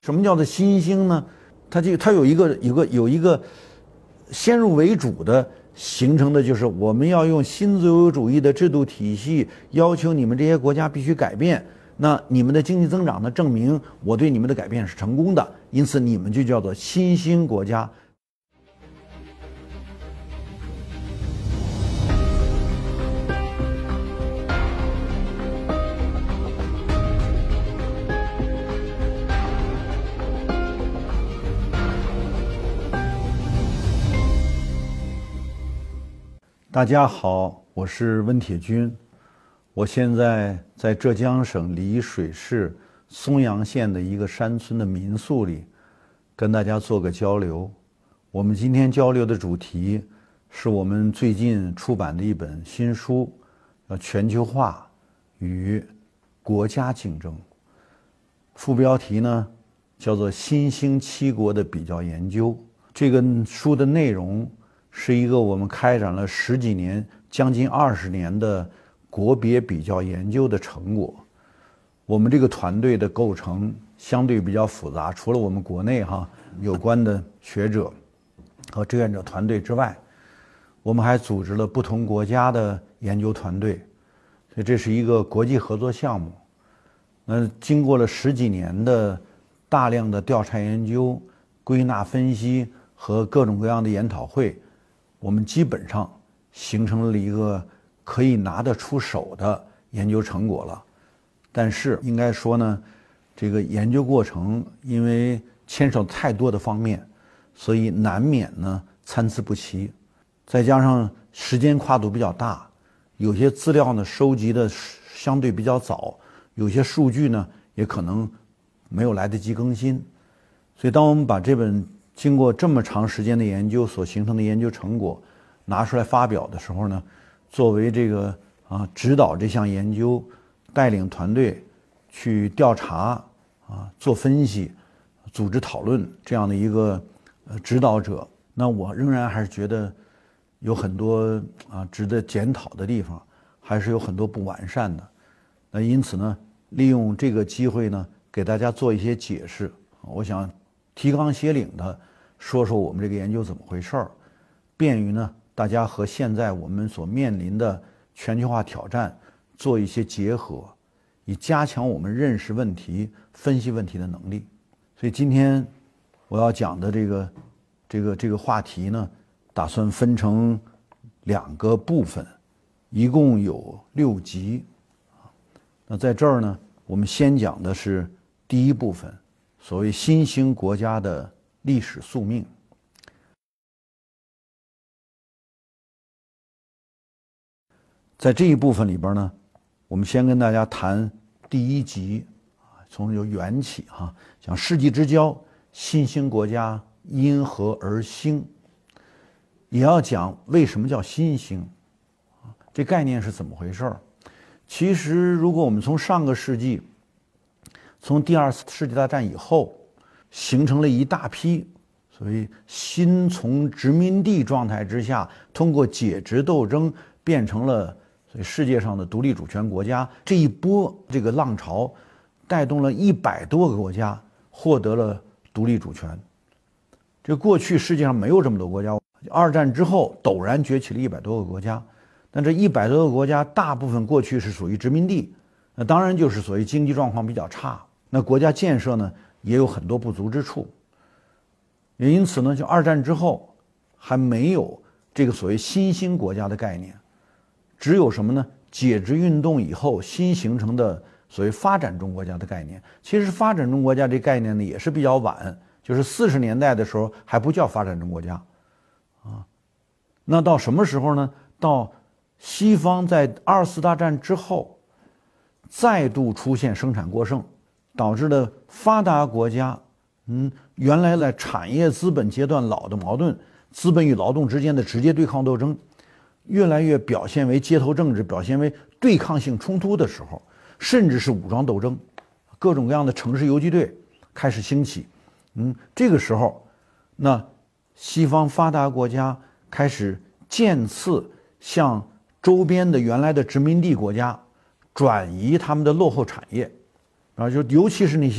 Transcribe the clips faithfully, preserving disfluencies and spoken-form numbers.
什么叫做新兴呢？它就它有一个有个有一个先入为主的形成的，就是我们要用新自由主义的制度体系要求你们这些国家必须改变。那你们的经济增长呢，证明我对你们的改变是成功的，因此你们就叫做新兴国家。大家好，我是温铁军，我现在在浙江省丽水市松阳县的一个山村的民宿里，跟大家做个交流。我们今天交流的主题是我们最近出版的一本新书，叫《全球化与国家竞争》。副标题呢叫做《新兴七国的比较研究》。这个书的内容是一个我们开展了十几年、将近二十年的国别比较研究的成果。我们这个团队的构成相对比较复杂，除了我们国内哈有关的学者和志愿者团队之外，我们还组织了不同国家的研究团队，所以这是一个国际合作项目。那经过了十几年的大量的调查研究、归纳分析和各种各样的研讨会，我们基本上形成了一个可以拿得出手的研究成果了。但是应该说呢，这个研究过程因为牵涉太多的方面，所以难免呢参差不齐，再加上时间跨度比较大，有些资料呢收集的相对比较早，有些数据呢也可能没有来得及更新。所以当我们把这本经过这么长时间的研究所形成的研究成果拿出来发表的时候呢，作为这个啊指导这项研究、带领团队去调查啊、做分析、组织讨论这样的一个呃指导者，那我仍然还是觉得有很多啊值得检讨的地方，还是有很多不完善的。那因此呢，利用这个机会呢，给大家做一些解释。我想提纲挈领的说说我们这个研究怎么回事儿，便于呢大家和现在我们所面临的全球化挑战做一些结合，以加强我们认识问题、分析问题的能力。所以今天我要讲的这个这个这个话题呢，打算分成两个部分，一共有六集。那在这儿呢，我们先讲的是第一部分，所谓新兴国家的历史宿命。在这一部分里边呢，我们先跟大家谈第一集，从由缘起哈，讲世纪之交，新兴国家因何而兴，也要讲为什么叫新兴，这概念是怎么回事儿。其实如果我们从上个世纪，从第二次世界大战以后，形成了一大批所谓新从殖民地状态之下，通过解殖斗争变成了所以世界上的独立主权国家，这一波这个浪潮带动了一百多个国家获得了独立主权。这过去世界上没有这么多国家，二战之后陡然崛起了一百多个国家，但这一百多个国家大部分过去是属于殖民地，那当然就是所谓经济状况比较差，那国家建设呢也有很多不足之处。也因此呢，就二战之后还没有这个所谓新兴国家的概念，只有什么呢？解殖运动以后新形成的所谓发展中国家的概念。其实发展中国家这概念呢也是比较晚，就是四十年代的时候还不叫发展中国家啊。那到什么时候呢？到西方在二次大战之后再度出现生产过剩，导致了发达国家嗯原来在产业资本阶段老的矛盾，资本与劳动之间的直接对抗斗争越来越表现为街头政治，表现为对抗性冲突的时候，甚至是武装斗争，各种各样的城市游击队开始兴起。嗯，这个时候，那西方发达国家开始渐次向周边的原来的殖民地国家转移他们的落后产业，啊，就尤其是那些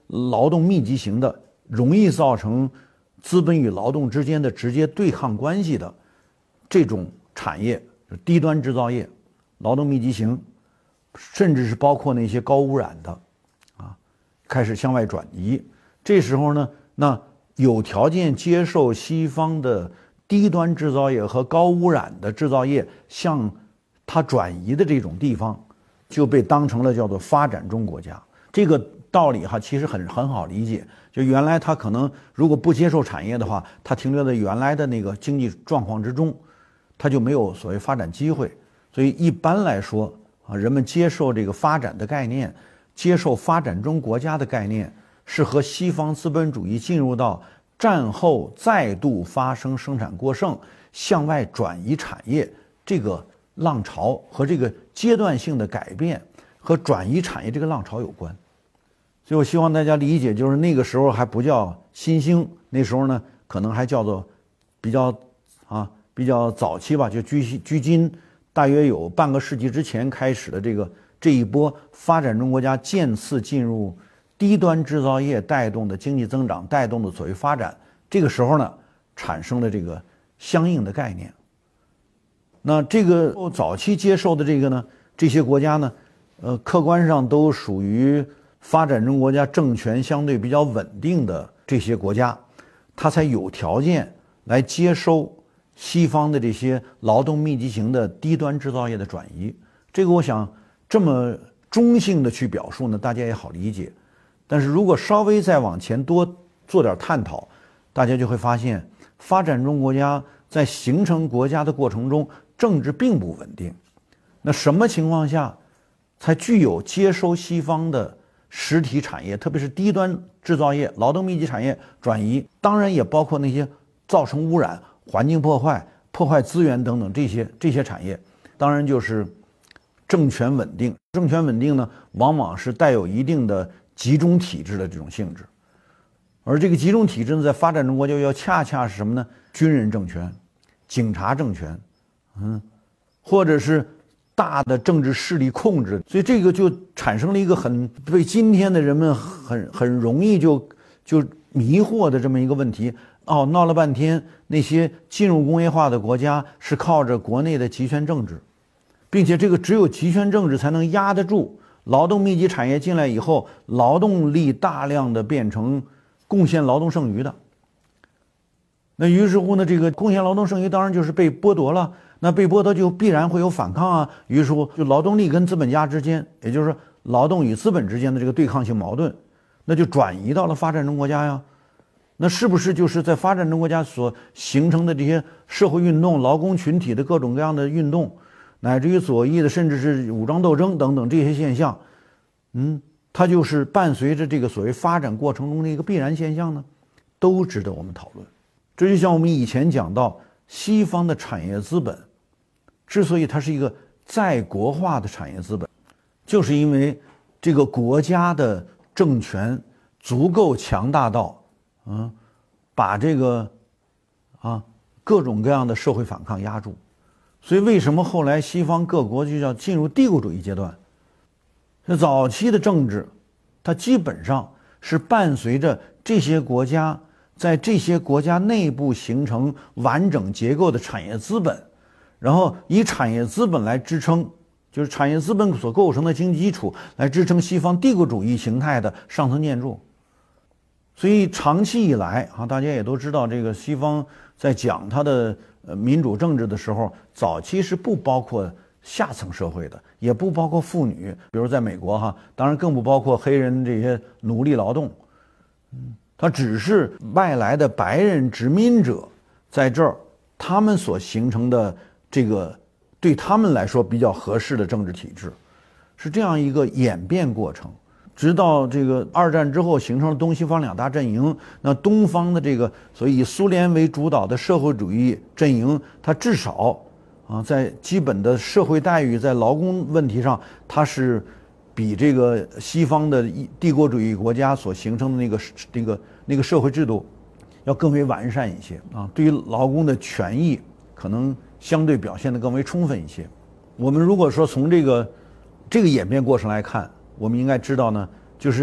劳动密集型的，容易造成资本与劳动之间的直接对抗关系的这种产业，低端制造业、劳动密集型，甚至是包括那些高污染的，啊，开始向外转移。这时候呢，那有条件接受西方的低端制造业和高污染的制造业向它转移的这种地方，就被当成了叫做发展中国家。这个道理哈，其实很很好理解。就原来他可能如果不接受产业的话，他停留在原来的那个经济状况之中，他就没有所谓发展机会。所以一般来说啊，人们接受这个发展的概念，接受发展中国家的概念，是和西方资本主义进入到战后再度发生生产过剩、向外转移产业这个浪潮和这个阶段性的改变和转移产业这个浪潮有关。所以我希望大家理解，就是那个时候还不叫新兴，那时候呢可能还叫做比较啊比较早期吧，就距距今大约有半个世纪之前开始的这个这一波发展中国家渐次进入低端制造业带动的经济增长带动的所谓发展，这个时候呢产生了这个相应的概念。那这个早期接受的这个呢，这些国家呢，呃，客观上都属于发展中国家政权相对比较稳定的这些国家，它才有条件来接收西方的这些劳动密集型的低端制造业的转移。这个我想这么中性的去表述呢，大家也好理解。但是如果稍微再往前多做点探讨，大家就会发现，发展中国家在形成国家的过程中，政治并不稳定。那什么情况下才具有接收西方的实体产业，特别是低端制造业、劳动密集产业转移？当然也包括那些造成污染、环境破坏、破坏资源等等这些这些产业。当然就是政权稳定。政权稳定呢，往往是带有一定的集中体制的这种性质。而这个集中体制呢，在发展中国家要恰恰是什么呢？军人政权、警察政权，嗯，或者是大的政治势力控制。所以这个就产生了一个很对今天的人们很很容易就就迷惑的这么一个问题。哦，闹了半天，那些进入工业化的国家是靠着国内的集权政治，并且这个只有集权政治才能压得住劳动密集产业进来以后，劳动力大量的变成贡献劳动剩余的。那于是乎呢，这个贡献劳动剩余当然就是被剥夺了，那被剥夺就必然会有反抗啊。于是乎，就劳动力跟资本家之间，也就是劳动与资本之间的这个对抗性矛盾，那就转移到了发展中国家呀。那是不是就是在发展中国家所形成的这些社会运动、劳工群体的各种各样的运动，乃至于左翼的，甚至是武装斗争等等这些现象，嗯，它就是伴随着这个所谓发展过程中的一个必然现象呢？都值得我们讨论。这就像我们以前讲到，西方的产业资本之所以它是一个在国化的产业资本，就是因为这个国家的政权足够强大到嗯，把这个啊各种各样的社会反抗压住。所以为什么后来西方各国就叫进入帝国主义阶段？那早期的政治，它基本上是伴随着这些国家在这些国家内部形成完整结构的产业资本，然后以产业资本来支撑，就是产业资本所构成的经济基础来支撑西方帝国主义形态的上层建筑。所以长期以来啊，大家也都知道，这个西方在讲它的呃民主政治的时候，早期是不包括下层社会的，也不包括妇女，比如在美国哈，当然更不包括黑人这些奴隶劳动，嗯，它只是外来的白人殖民者在这儿，他们所形成的这个对他们来说比较合适的政治体制，是这样一个演变过程。直到这个二战之后形成了东西方两大阵营，那东方的这个所以以苏联为主导的社会主义阵营，它至少啊在基本的社会待遇、在劳工问题上，它是比这个西方的帝国主义国家所形成的那个那个那个社会制度要更为完善一些啊。对于劳工的权益，可能相对表现得更为充分一些。我们如果说从这个这个演变过程来看，我们应该知道呢，就是这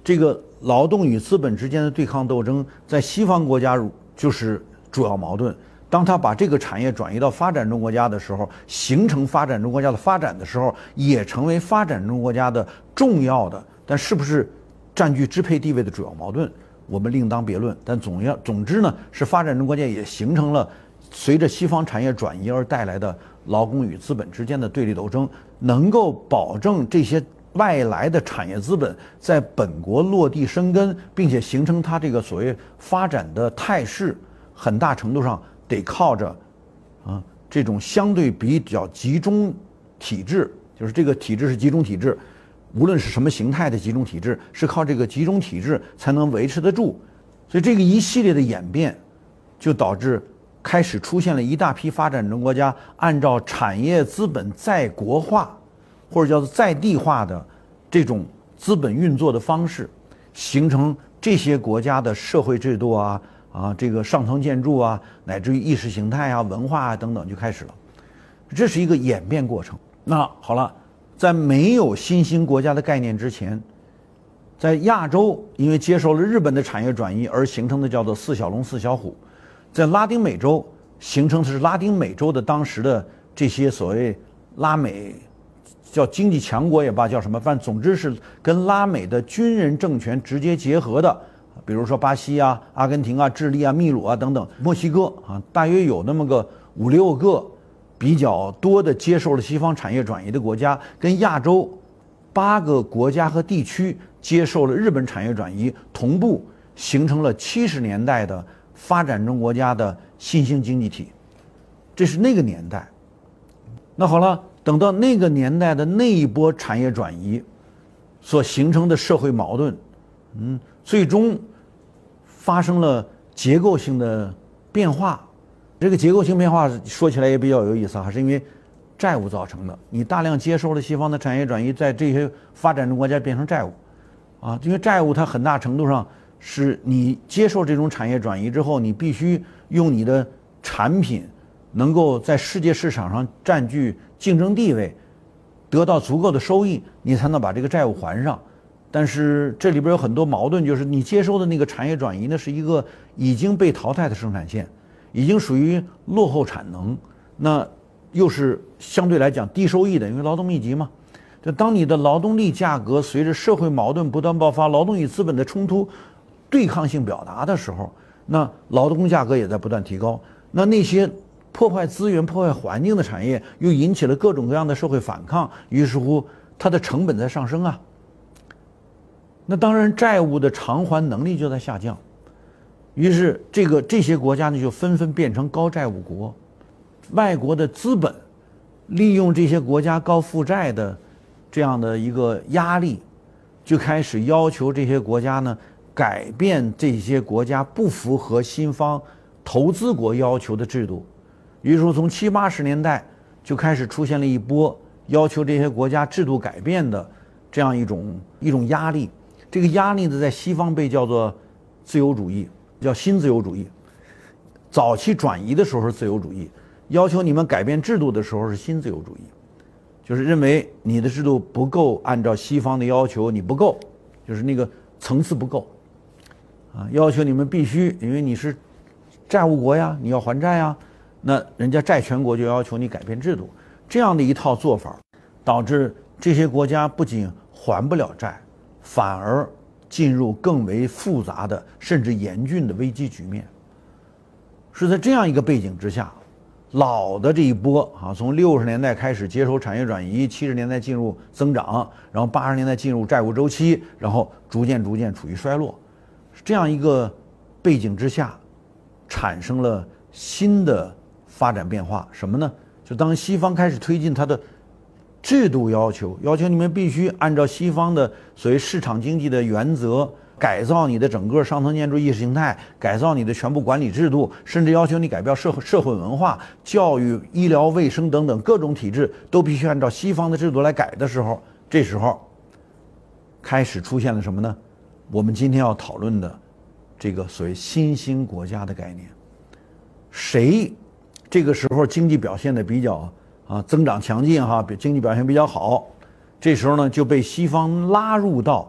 这个劳动与资本之间的对抗斗争，在西方国家就是主要矛盾。当他把这个产业转移到发展中国家的时候，形成发展中国家的发展的时候，也成为发展中国家的重要的，但是不是占据支配地位的主要矛盾，我们另当别论。但总要总之呢，是发展中国家也形成了随着西方产业转移而带来的劳工与资本之间的对立斗争，能够保证这些外来的产业资本在本国落地生根，并且形成它这个所谓发展的态势，很大程度上得靠着啊这种相对比较集中体制，就是这个体制是集中体制，无论是什么形态的集中体制，是靠这个集中体制才能维持得住。所以这个一系列的演变，就导致开始出现了一大批发展中国家按照产业资本在国化或者叫做在地化的这种资本运作的方式，形成这些国家的社会制度啊啊这个上层建筑啊，乃至于意识形态啊、文化啊等等就开始了。这是一个演变过程。那好了，在没有新兴国家的概念之前，在亚洲因为接受了日本的产业转移而形成的叫做四小龙四小虎，在拉丁美洲形成的是拉丁美洲的当时的这些所谓拉美叫经济强国也罢，叫什么，反正总之是跟拉美的军人政权直接结合的，比如说巴西啊、阿根廷啊、智利啊、秘鲁啊等等，墨西哥啊，大约有那么个五六个比较多的接受了西方产业转移的国家，跟亚洲八个国家和地区接受了日本产业转移，同步形成了七十年代的发展中国家的新兴经济体。这是那个年代。那好了，等到那个年代的那一波产业转移所形成的社会矛盾，嗯，最终发生了结构性的变化。这个结构性变化说起来也比较有意思，还是因为债务造成的。你大量接受了西方的产业转移，在这些发展中国家变成债务，啊，因为债务它很大程度上是你接受这种产业转移之后，你必须用你的产品能够在世界市场上占据竞争地位，得到足够的收益，你才能把这个债务还上。但是这里边有很多矛盾，就是你接收的那个产业转移呢，是一个已经被淘汰的生产线，已经属于落后产能，那又是相对来讲低收益的，因为劳动密集嘛。就当你的劳动力价格随着社会矛盾不断爆发，劳动与资本的冲突对抗性表达的时候，那劳动价格也在不断提高。那那些破坏资源、破坏环境的产业，又引起了各种各样的社会反抗，于是乎它的成本在上升啊。那当然，债务的偿还能力就在下降，于是这个这些国家呢就纷纷变成高债务国。外国的资本利用这些国家高负债的这样的一个压力，就开始要求这些国家呢改变这些国家不符合西方投资国要求的制度。于是说，从七八十年代就开始出现了一波要求这些国家制度改变的这样一种一种压力。这个压力呢，在西方被叫做自由主义，叫新自由主义。早期转移的时候是自由主义，要求你们改变制度的时候是新自由主义，就是认为你的制度不够按照西方的要求，你不够，就是那个层次不够啊，要求你们必须，因为你是债务国呀，你要还债呀，那人家债权国就要求你改变制度。这样的一套做法，导致这些国家不仅还不了债，反而进入更为复杂的甚至严峻的危机局面。是在这样一个背景之下，老的这一波啊，从六十年代开始接受产业转移，七十年代进入增长，然后八十年代进入债务周期，然后逐渐逐渐处于衰落。是这样一个背景之下，产生了新的发展变化。什么呢？就当西方开始推进它的制度要求，要求你们必须按照西方的所谓市场经济的原则，改造你的整个上层建筑意识形态，改造你的全部管理制度，甚至要求你改变社会社会文化、教育、医疗卫生等等各种体制都必须按照西方的制度来改的时候，这时候开始出现了什么呢？我们今天要讨论的这个所谓新兴国家的概念。谁这个时候经济表现的比较啊增长强劲哈，经济表现比较好，这时候呢就被西方拉入到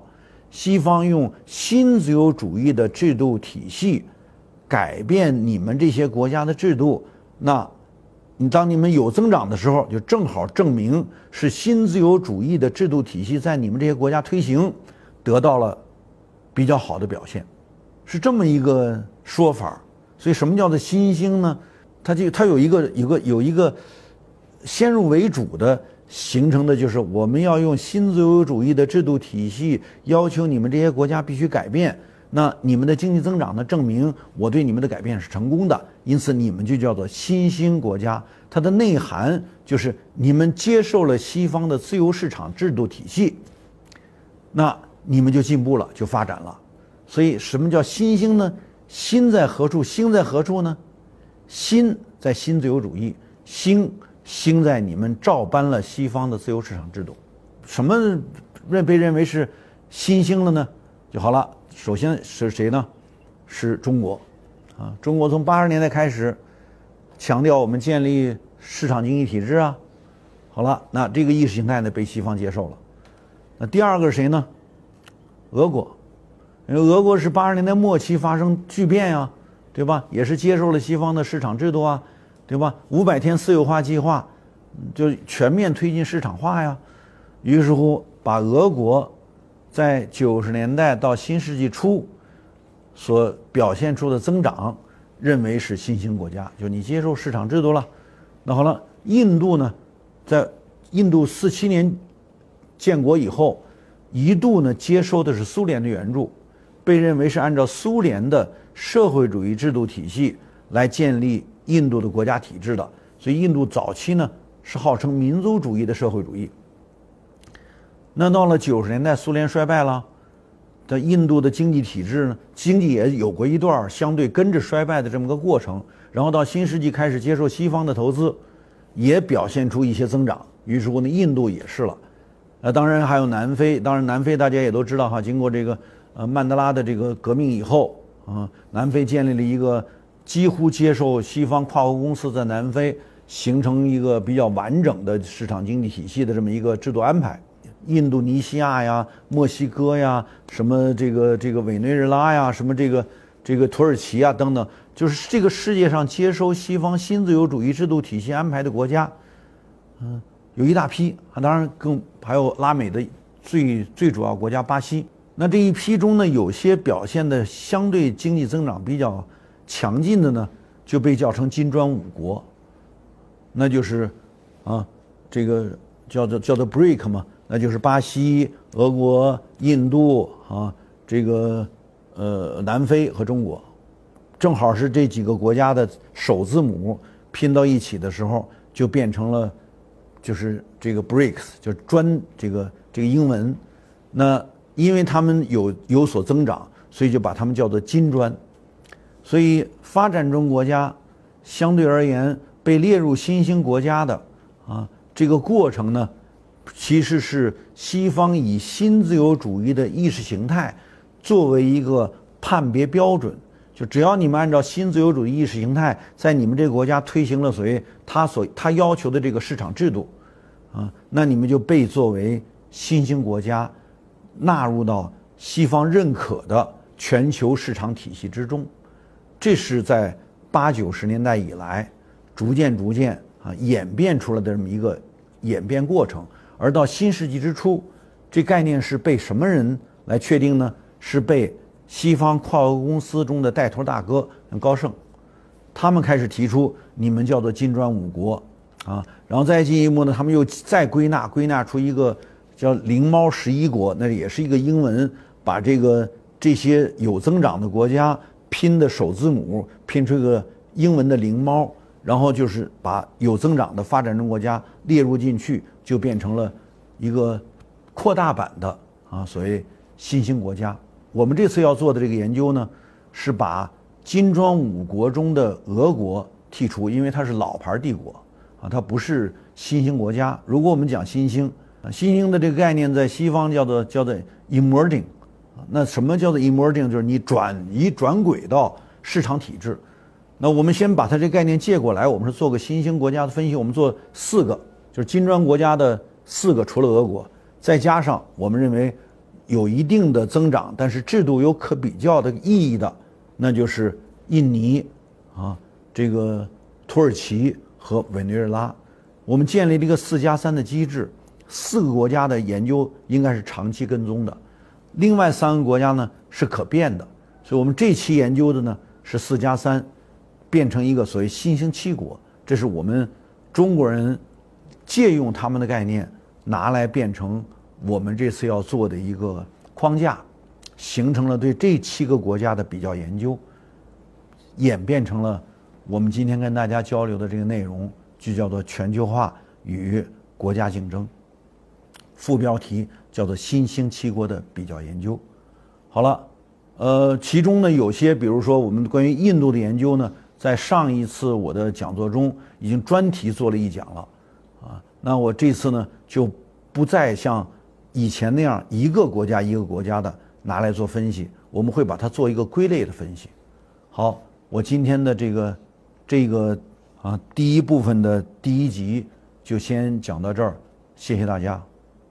西方用新自由主义的制度体系改变你们这些国家的制度，那你当你们有增长的时候，就正好证明是新自由主义的制度体系在你们这些国家推行得到了比较好的表现，是这么一个说法。所以什么叫做新兴呢？它就它有一个有个有一个先入为主的形成的，就是我们要用新自由主义的制度体系要求你们这些国家必须改变，那你们的经济增长呢证明我对你们的改变是成功的，因此你们就叫做新兴国家。它的内涵就是你们接受了西方的自由市场制度体系，那你们就进步了，就发展了。所以什么叫新兴呢？新在何处？兴在何处呢？新在新自由主义，兴兴在你们照搬了西方的自由市场制度。什么认被认为是新兴了呢？就好了。首先是谁呢？是中国啊！中国从八十年代开始强调我们建立市场经济体制啊。好了，那这个意识形态呢被西方接受了。那第二个是谁呢？俄国。因为俄国是八十年代末期发生巨变呀、啊，对吧？也是接受了西方的市场制度啊，对吧？五百天私有化计划就全面推进市场化呀。于是乎，把俄国在九十年代到新世纪初所表现出的增长，认为是新兴国家，就你接受市场制度了。那好了，印度呢，在印度四七年建国以后，一度呢接收的是苏联的援助。被认为是按照苏联的社会主义制度体系来建立印度的国家体制的，所以印度早期呢是号称民族主义的社会主义。那到了九十年代，苏联衰败了，的印度的经济体制呢，经济也有过一段相对跟着衰败的这么个过程。然后到新世纪开始接受西方的投资，也表现出一些增长。于是乎呢，印度也是了。呃，当然还有南非，当然南非大家也都知道哈，经过这个。呃，曼德拉的这个革命以后啊，南非建立了一个几乎接受西方跨国公司在南非形成一个比较完整的市场经济体系的这么一个制度安排。印度尼西亚呀、墨西哥呀、什么这个这个委内瑞拉呀、什么这个这个土耳其啊等等，就是这个世界上接收西方新自由主义制度体系安排的国家，嗯，有一大批啊，当然更还有拉美的最最主要国家巴西。那这一批中呢，有些表现的相对经济增长比较强劲的呢，就被叫成金砖五国，那就是啊，这个叫做叫做 B R I C 嘛，那就是巴西、俄国、印度啊，这个呃南非和中国，正好是这几个国家的首字母拼到一起的时候，就变成了就是这个 B R I C S， 就是专这个这个英文，那。因为他们有有所增长，所以就把他们叫做金砖。所以发展中国家相对而言被列入新兴国家的啊，这个过程呢，其实是西方以新自由主义的意识形态作为一个判别标准，就只要你们按照新自由主义意识形态在你们这个国家推行了所谓他所他要求的这个市场制度啊，那你们就被作为新兴国家。纳入到西方认可的全球市场体系之中，这是在八九十年代以来逐渐逐渐啊演变出来的这么一个演变过程。而到新世纪之初，这概念是被什么人来确定呢？是被西方跨国公司中的带头大哥高盛，他们开始提出你们叫做金砖五国啊，然后再进一步呢，他们又再归纳归纳出一个。叫灵猫十一国，那也是一个英文，把这个这些有增长的国家拼的首字母拼出一个英文的灵猫，然后就是把有增长的发展中国家列入进去，就变成了一个扩大版的啊所谓新兴国家。我们这次要做的这个研究呢，是把金砖五国中的俄国剔除，因为它是老牌帝国啊，它不是新兴国家。如果我们讲新兴。新兴的这个概念在西方叫做叫做 emerging， 那什么叫做 emerging？ 就是你转移转轨到市场体制。那我们先把它这概念借过来，我们是做个新兴国家的分析，我们做四个，就是金砖国家的四个，除了俄国，再加上我们认为有一定的增长，但是制度有可比较的意义的，那就是印尼啊，这个土耳其和委内瑞拉。我们建立了一个四加三的机制，四个国家的研究应该是长期跟踪的，另外三个国家呢是可变的。所以我们这期研究的呢是四加三，变成一个所谓新兴七国，这是我们中国人借用他们的概念拿来变成我们这次要做的一个框架，形成了对这七个国家的比较研究，演变成了我们今天跟大家交流的这个内容，就叫做全球化与国家竞争，副标题叫做新兴七国的比较研究。好了，呃，其中呢有些，比如说我们关于印度的研究呢，在上一次我的讲座中已经专题做了一讲了，啊，那我这次呢就不再像以前那样一个国家一个国家的拿来做分析，我们会把它做一个归类的分析。好，我今天的这个这个啊第一部分的第一集就先讲到这儿，谢谢大家。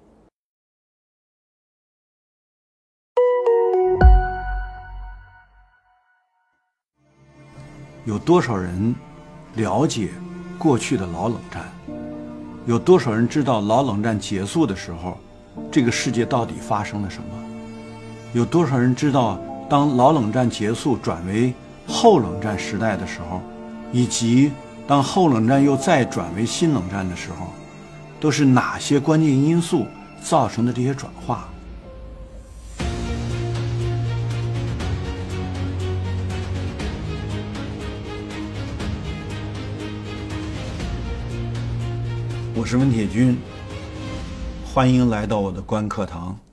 有多少人了解过去的老冷战？有多少人知道老冷战结束的时候，这个世界到底发生了什么？有多少人知道当老冷战结束转为后冷战时代的时候，以及当后冷战又再转为新冷战的时候，都是哪些关键因素造成的这些转化？我是温铁军，欢迎来到我的观课堂。